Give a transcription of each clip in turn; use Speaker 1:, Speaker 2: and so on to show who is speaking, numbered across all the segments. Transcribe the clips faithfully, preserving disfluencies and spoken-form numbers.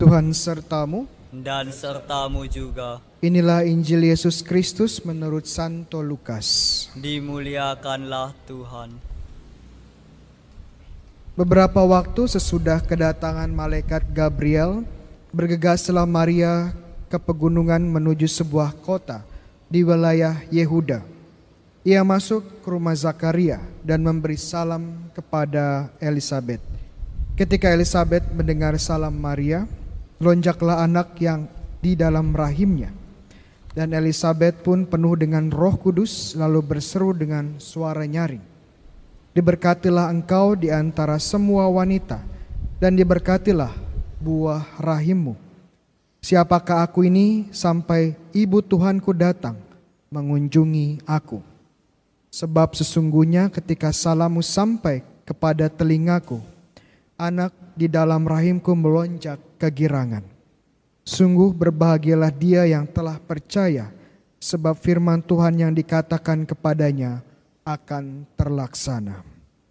Speaker 1: Tuhan sertamu.
Speaker 2: Dan sertamu juga.
Speaker 1: Inilah Injil Yesus Kristus menurut Santo Lukas.
Speaker 2: Dimuliakanlah Tuhan.
Speaker 1: Beberapa waktu sesudah kedatangan malaikat Gabriel, bergegaslah Maria ke pegunungan menuju sebuah kota di wilayah Yehuda. Ia masuk ke rumah Zakaria dan memberi salam kepada Elisabet. Ketika Elisabet mendengar salam Maria, lonjaklah anak yang di dalam rahimnya. Dan Elisabet pun penuh dengan Roh Kudus lalu berseru dengan suara nyaring, "Diberkatilah engkau di antara semua wanita, dan diberkatilah buah rahimmu. Siapakah aku ini sampai ibu Tuhanku datang mengunjungi aku? Sebab sesungguhnya ketika salammu sampai kepada telingaku, anak di dalam rahimku melonjak kegirangan. Sungguh berbahagialah dia yang telah percaya, sebab firman Tuhan yang dikatakan kepadanya akan terlaksana."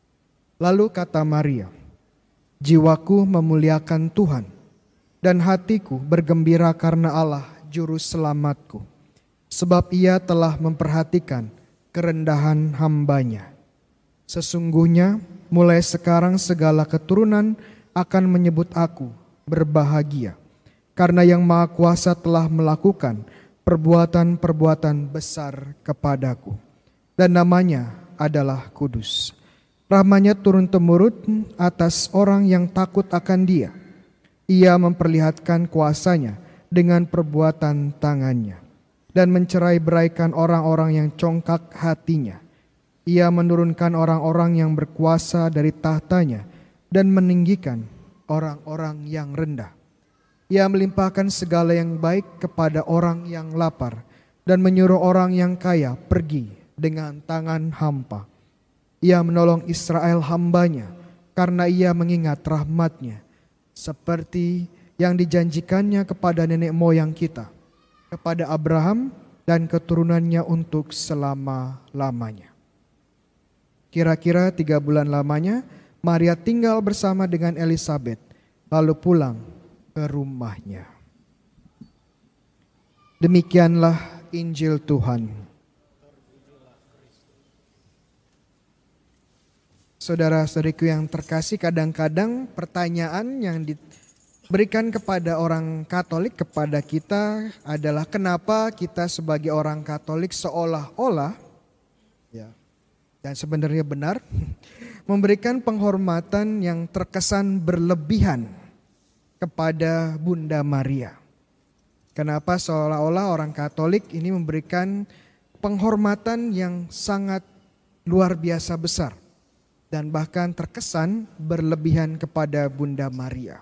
Speaker 1: Lalu kata Maria, "Jiwaku memuliakan Tuhan, dan hatiku bergembira karena Allah juru selamatku, sebab ia telah memperhatikan kerendahan hambanya. Sesungguhnya mulai sekarang segala keturunan akan menyebut aku berbahagia, karena Yang Maha Kuasa telah melakukan perbuatan-perbuatan besar kepadaku, dan namanya adalah kudus. Rahmanya turun-temurun atas orang yang takut akan Dia. Ia memperlihatkan kuasanya dengan perbuatan tangannya, dan mencerai-beraikan orang-orang yang congkak hatinya. Ia menurunkan orang-orang yang berkuasa dari tahtanya dan meninggikan orang-orang yang rendah. Ia melimpahkan segala yang baik kepada orang yang lapar dan menyuruh orang yang kaya pergi dengan tangan hampa. Ia menolong Israel hambanya karena ia mengingat rahmat-Nya seperti yang dijanjikannya kepada nenek moyang kita, kepada Abraham dan keturunannya untuk selama-lamanya." Kira-kira tiga bulan lamanya Maria tinggal bersama dengan Elisabet, lalu pulang ke rumahnya. Demikianlah Injil Tuhan. Saudara-saudariku yang terkasih, kadang-kadang pertanyaan yang diberikan kepada orang Katolik kepada kita adalah kenapa kita sebagai orang Katolik seolah-olah, ya, dan sebenarnya benar, memberikan penghormatan yang terkesan berlebihan kepada Bunda Maria. Kenapa seolah-olah orang Katolik ini memberikan penghormatan yang sangat luar biasa besar dan bahkan terkesan berlebihan kepada Bunda Maria.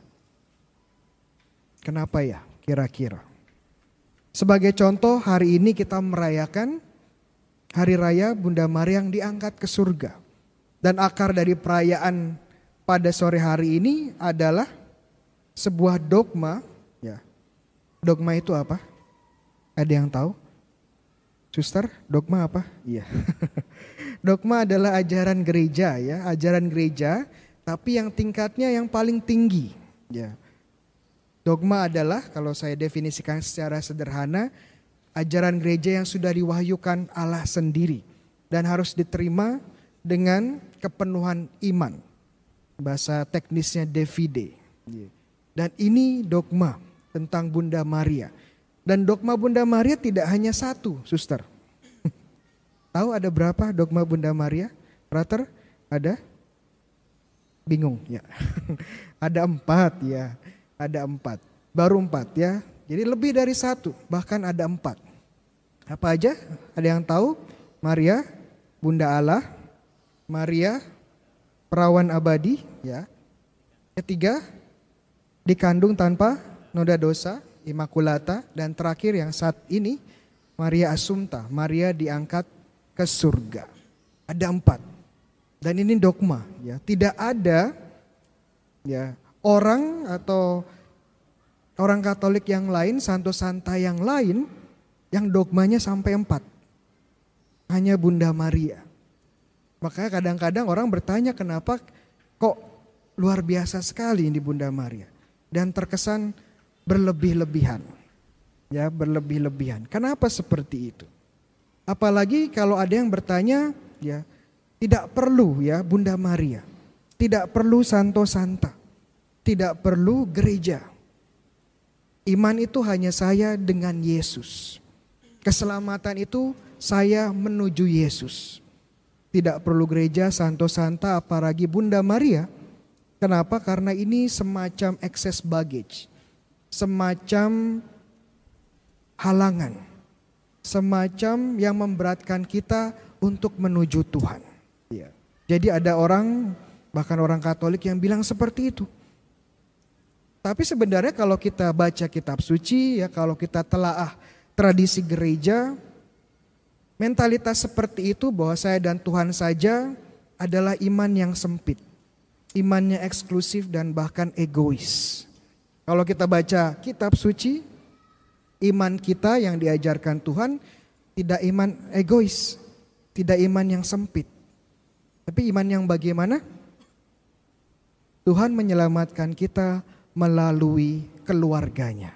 Speaker 1: Kenapa ya kira-kira? Sebagai contoh, hari ini kita merayakan Hari Raya Bunda Maria yang diangkat ke surga. Dan akar dari perayaan pada sore hari ini adalah sebuah dogma. Ya. Dogma itu apa? Ada yang tahu? Suster, dogma apa? Iya. Dogma adalah ajaran gereja, ya, ajaran gereja, tapi yang tingkatnya yang paling tinggi. Ya. Dogma adalah, kalau saya definisikan secara sederhana, ajaran gereja yang sudah diwahyukan Allah sendiri dan harus diterima dengan kepenuhan iman. Bahasa teknisnya de fide. Dan ini dogma tentang Bunda Maria. Dan dogma Bunda Maria tidak hanya satu, suster. Tahu ada berapa dogma Bunda Maria? Brother, ada? Bingung ya. Ada empat ya. Ada empat. Baru empat ya. Jadi lebih dari satu. Bahkan ada empat. Apa aja? Ada yang tahu? Maria, Bunda Allah. Maria, perawan abadi. Ya. Ketiga, dikandung tanpa noda dosa, Immaculata. Dan terakhir yang saat ini, Maria Assumpta. Maria diangkat ke surga. Ada empat. Dan ini dogma, ya. Tidak ada, ya, orang atau orang Katolik yang lain, santo santa yang lain yang dogmanya sampai empat. Hanya Bunda Maria. Makanya kadang-kadang orang bertanya kenapa kok luar biasa sekali ini Bunda Maria. Dan terkesan berlebih-lebihan. Ya, berlebih-lebihan. Kenapa seperti itu? Apalagi kalau ada yang bertanya, ya, tidak perlu ya Bunda Maria, tidak perlu Santo Santa, tidak perlu gereja. Iman itu hanya saya dengan Yesus. Keselamatan itu saya menuju Yesus. Tidak perlu gereja, Santo Santa, apalagi Bunda Maria. Kenapa? Karena ini semacam excess baggage, semacam halangan, semacam yang memberatkan kita untuk menuju Tuhan. Ya. Jadi ada orang, bahkan orang Katolik yang bilang seperti itu. Tapi sebenarnya kalau kita baca kitab suci, ya, kalau kita telaah tradisi gereja, mentalitas seperti itu bahwa saya dan Tuhan saja adalah iman yang sempit, imannya eksklusif dan bahkan egois. Kalau kita baca kitab suci, iman kita yang diajarkan Tuhan tidak iman egois, tidak iman yang sempit. Tapi iman yang bagaimana? Tuhan menyelamatkan kita melalui keluarganya.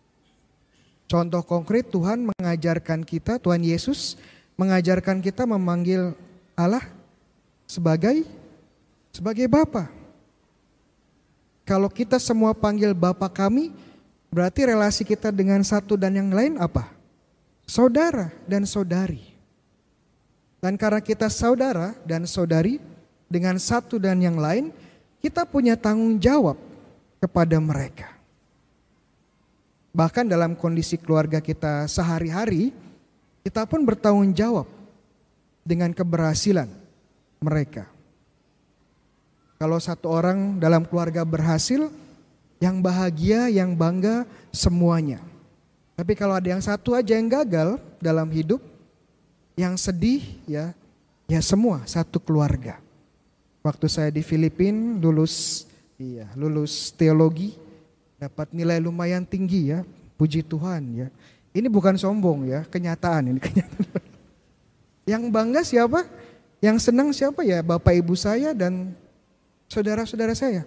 Speaker 1: Contoh konkret, Tuhan mengajarkan kita, Tuhan Yesus mengajarkan kita memanggil Allah sebagai sebagai Bapa. Kalau kita semua panggil Bapa kami, berarti relasi kita dengan satu dan yang lain apa? Saudara dan saudari. Dan karena kita saudara dan saudari dengan satu dan yang lain, kita punya tanggung jawab kepada mereka. Bahkan dalam kondisi keluarga kita sehari-hari, kita pun bertanggung jawab dengan keberhasilan mereka. Kalau satu orang dalam keluarga berhasil, yang bahagia, yang bangga semuanya. Tapi kalau ada yang satu aja yang gagal dalam hidup, yang sedih ya, ya semua satu keluarga. Waktu saya di Filipina lulus, iya lulus teologi, dapat nilai lumayan tinggi ya, puji Tuhan ya. Ini bukan sombong ya, kenyataan ini kenyataan. Yang bangga siapa? Yang senang siapa ya? Bapak ibu saya dan saudara-saudara saya.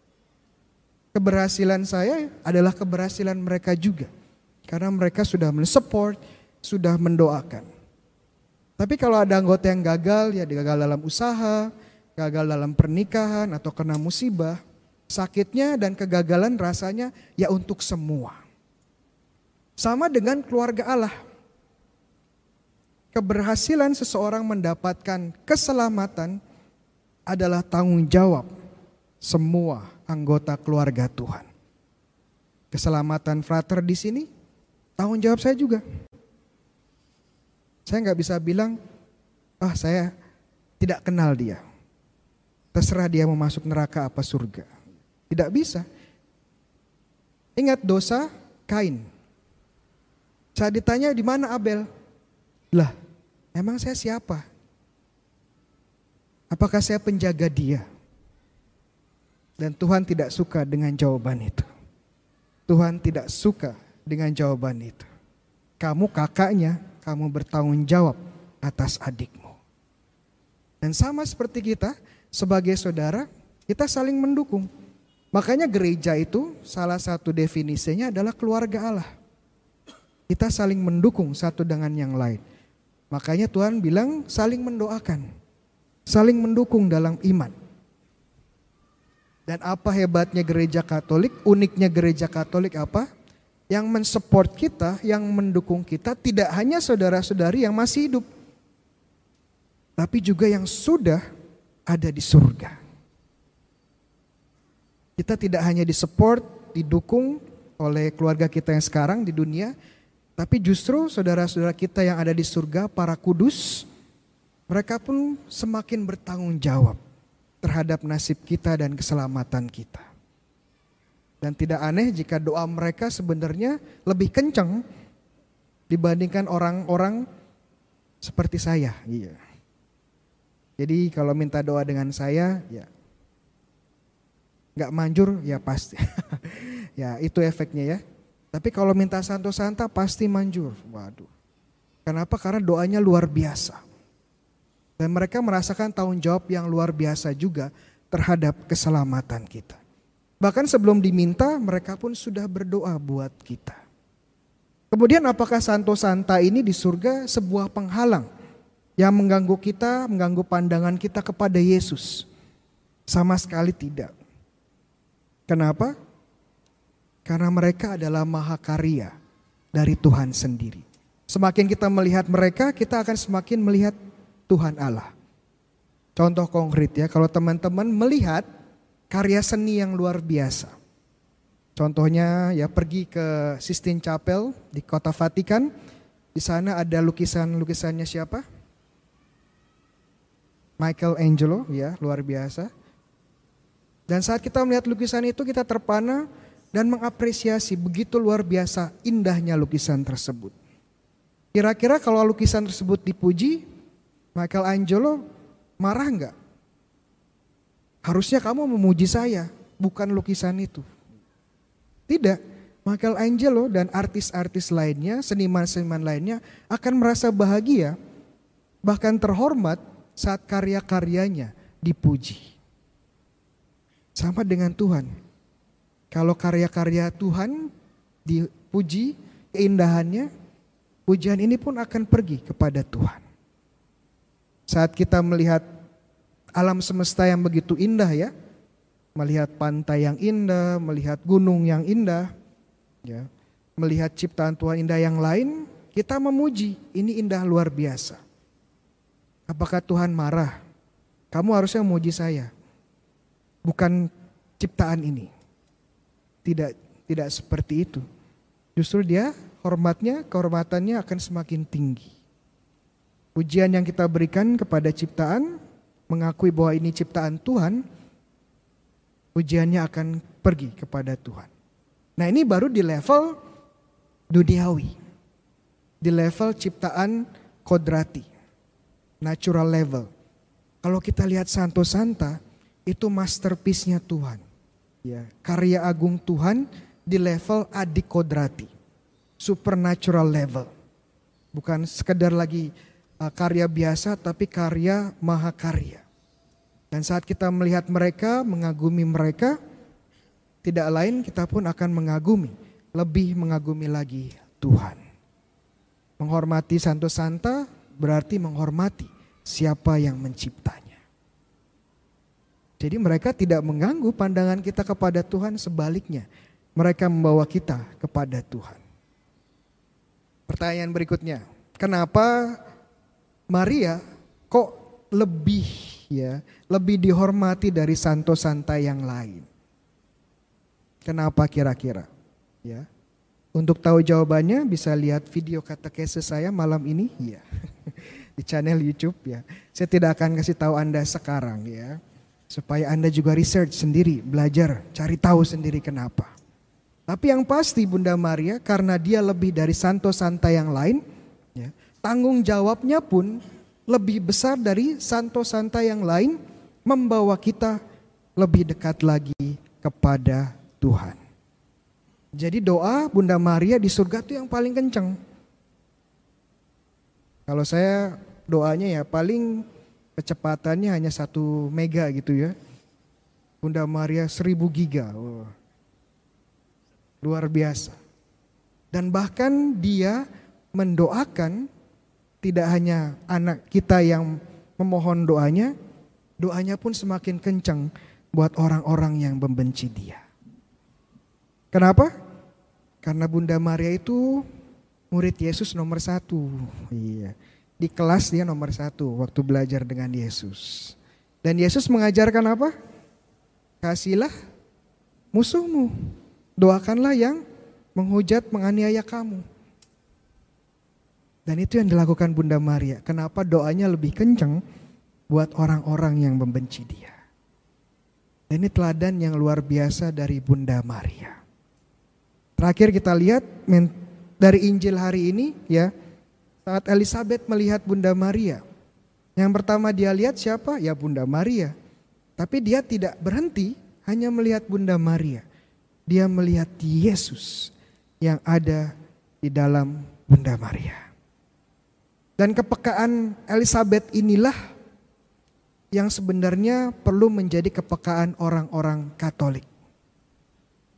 Speaker 1: Keberhasilan saya adalah keberhasilan mereka juga. Karena mereka sudah mensupport, sudah mendoakan. Tapi kalau ada anggota yang gagal, ya gagal dalam usaha, gagal dalam pernikahan atau kena musibah, sakitnya dan kegagalan rasanya ya untuk semua. Sama dengan keluarga Allah. Keberhasilan seseorang mendapatkan keselamatan adalah tanggung jawab semua anggota keluarga Tuhan. Keselamatan frater di sini tanggung jawab saya juga. Saya nggak bisa bilang, ah saya tidak kenal dia. Terserah dia mau masuk neraka apa surga. Tidak bisa. Ingat dosa Kain. Saat ditanya di mana Abel? Lah, emang saya siapa? Apakah saya penjaga dia? Dan Tuhan tidak suka dengan jawaban itu. Tuhan tidak suka dengan jawaban itu. Kamu kakaknya, kamu bertanggung jawab atas adikmu. Dan sama seperti kita, sebagai saudara, kita saling mendukung. Makanya gereja itu salah satu definisinya adalah keluarga Allah. Kita saling mendukung satu dengan yang lain. Makanya Tuhan bilang saling mendoakan, saling mendukung dalam iman. Dan apa hebatnya gereja Katolik, uniknya gereja Katolik apa? Yang mensupport kita, yang mendukung kita tidak hanya saudara-saudari yang masih hidup. Tapi juga yang sudah ada di surga. Kita tidak hanya disupport, didukung oleh keluarga kita yang sekarang di dunia, tapi justru saudara-saudara kita yang ada di surga, para kudus, mereka pun semakin bertanggung jawab terhadap nasib kita dan keselamatan kita. Dan tidak aneh jika doa mereka sebenarnya lebih kencang dibandingkan orang-orang seperti saya. Iya. Jadi kalau minta doa dengan saya, ya nggak manjur, ya pasti. Ya itu efeknya ya. Tapi kalau minta Santo Santa pasti manjur. Waduh. Kenapa? Karena doanya luar biasa. Dan mereka merasakan tanggung jawab yang luar biasa juga terhadap keselamatan kita. Bahkan sebelum diminta mereka pun sudah berdoa buat kita. Kemudian apakah Santo Santa ini di surga sebuah penghalang yang mengganggu kita, mengganggu pandangan kita kepada Yesus? Sama sekali tidak. Kenapa? Karena mereka adalah mahakarya dari Tuhan sendiri. Semakin kita melihat mereka, kita akan semakin melihat Tuhan Allah. Contoh konkret ya, kalau teman-teman melihat karya seni yang luar biasa. Contohnya ya pergi ke Sistine Chapel di Kota Vatikan. Di sana ada lukisan-lukisannya siapa? Michelangelo ya, luar biasa. Dan saat kita melihat lukisan itu kita terpana dan mengapresiasi begitu luar biasa indahnya lukisan tersebut. Kira-kira kalau lukisan tersebut dipuji, Michelangelo marah enggak? Harusnya kamu memuji saya, bukan lukisan itu. Tidak, Michelangelo dan artis-artis lainnya, seniman-seniman lainnya akan merasa bahagia, bahkan terhormat saat karya-karyanya dipuji. Sama dengan Tuhan. Kalau karya-karya Tuhan dipuji, keindahannya, pujian ini pun akan pergi kepada Tuhan. Saat kita melihat alam semesta yang begitu indah ya, melihat pantai yang indah, melihat gunung yang indah, ya, melihat ciptaan Tuhan indah yang lain, kita memuji, ini indah luar biasa. Apakah Tuhan marah? Kamu harusnya memuji saya, bukan ciptaan ini. Tidak, tidak seperti itu. Justru dia hormatnya, kehormatannya akan semakin tinggi. Pujian yang kita berikan kepada ciptaan, mengakui bahwa ini ciptaan Tuhan, pujiannya akan pergi kepada Tuhan. Nah ini baru di level duniawi. Di level ciptaan kodrati. Natural level. Kalau kita lihat Santo Santa, itu masterpiece-nya Tuhan. Ya, karya agung Tuhan di level adikodrati. Supernatural level. Bukan sekedar lagi uh, karya biasa, tapi karya mahakarya. Dan saat kita melihat mereka, mengagumi mereka, tidak lain kita pun akan mengagumi, lebih mengagumi lagi Tuhan. Menghormati Santo Santa berarti menghormati siapa yang menciptanya. Jadi mereka tidak mengganggu pandangan kita kepada Tuhan, sebaliknya mereka membawa kita kepada Tuhan. Pertanyaan berikutnya, kenapa Maria kok lebih ya, lebih dihormati dari Santo Santa yang lain? Kenapa kira-kira? Ya. Untuk tahu jawabannya bisa lihat video katekese saya malam ini ya. Di channel YouTube ya. Saya tidak akan kasih tahu Anda sekarang ya. Supaya Anda juga research sendiri, belajar, cari tahu sendiri kenapa. Tapi yang pasti Bunda Maria karena dia lebih dari Santo Santa yang lain, ya, tanggung jawabnya pun lebih besar dari Santo Santa yang lain, membawa kita lebih dekat lagi kepada Tuhan. Jadi doa Bunda Maria di surga itu yang paling kencang. Kalau saya doanya ya paling kecepatannya hanya satu mega gitu ya. Bunda Maria seribu giga. Oh. Luar biasa. Dan bahkan dia mendoakan tidak hanya anak kita yang memohon doanya, doanya pun semakin kencang buat orang-orang yang membenci dia. Kenapa? Karena Bunda Maria itu murid Yesus nomor satu. Iya. Di kelas dia nomor satu waktu belajar dengan Yesus. Dan Yesus mengajarkan apa? Kasihilah musuhmu. Doakanlah yang menghujat, menganiaya kamu. Dan itu yang dilakukan Bunda Maria. Kenapa doanya lebih kencang buat orang-orang yang membenci dia. Dan ini teladan yang luar biasa dari Bunda Maria. Terakhir kita lihat dari Injil hari ini ya. Saat Elizabeth melihat Bunda Maria, yang pertama dia lihat siapa? Ya Bunda Maria. Tapi dia tidak berhenti hanya melihat Bunda Maria. Dia melihat Yesus yang ada di dalam Bunda Maria. Dan kepekaan Elizabeth inilah yang sebenarnya perlu menjadi kepekaan orang-orang Katolik.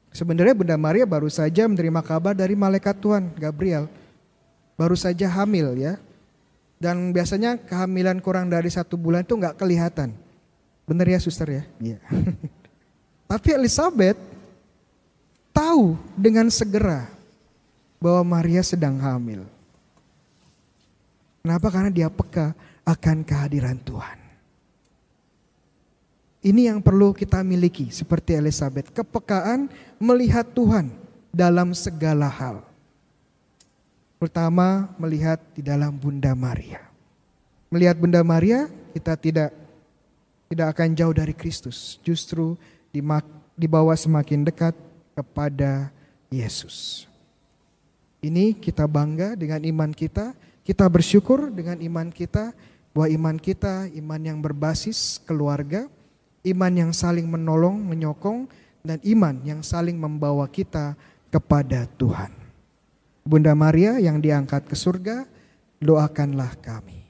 Speaker 1: Sebenarnya Bunda Maria baru saja menerima kabar dari malaikat Tuhan Gabriel. Baru saja hamil ya. Dan biasanya kehamilan kurang dari satu bulan itu nggak kelihatan. Bener ya suster ya? Iya. Tapi Elizabeth tahu dengan segera bahwa Maria sedang hamil. Kenapa? Karena dia peka akan kehadiran Tuhan. Ini yang perlu kita miliki seperti Elizabeth. Kepekaan melihat Tuhan dalam segala hal. Pertama melihat di dalam Bunda Maria. Melihat Bunda Maria kita tidak tidak akan jauh dari Kristus. Justru dibawa semakin dekat kepada Yesus. Ini kita bangga dengan iman kita. Kita bersyukur dengan iman kita. Bahwa iman kita iman yang berbasis keluarga. Iman yang saling menolong, menyokong, dan iman yang saling membawa kita kepada Tuhan. Bunda Maria yang diangkat ke surga, doakanlah kami.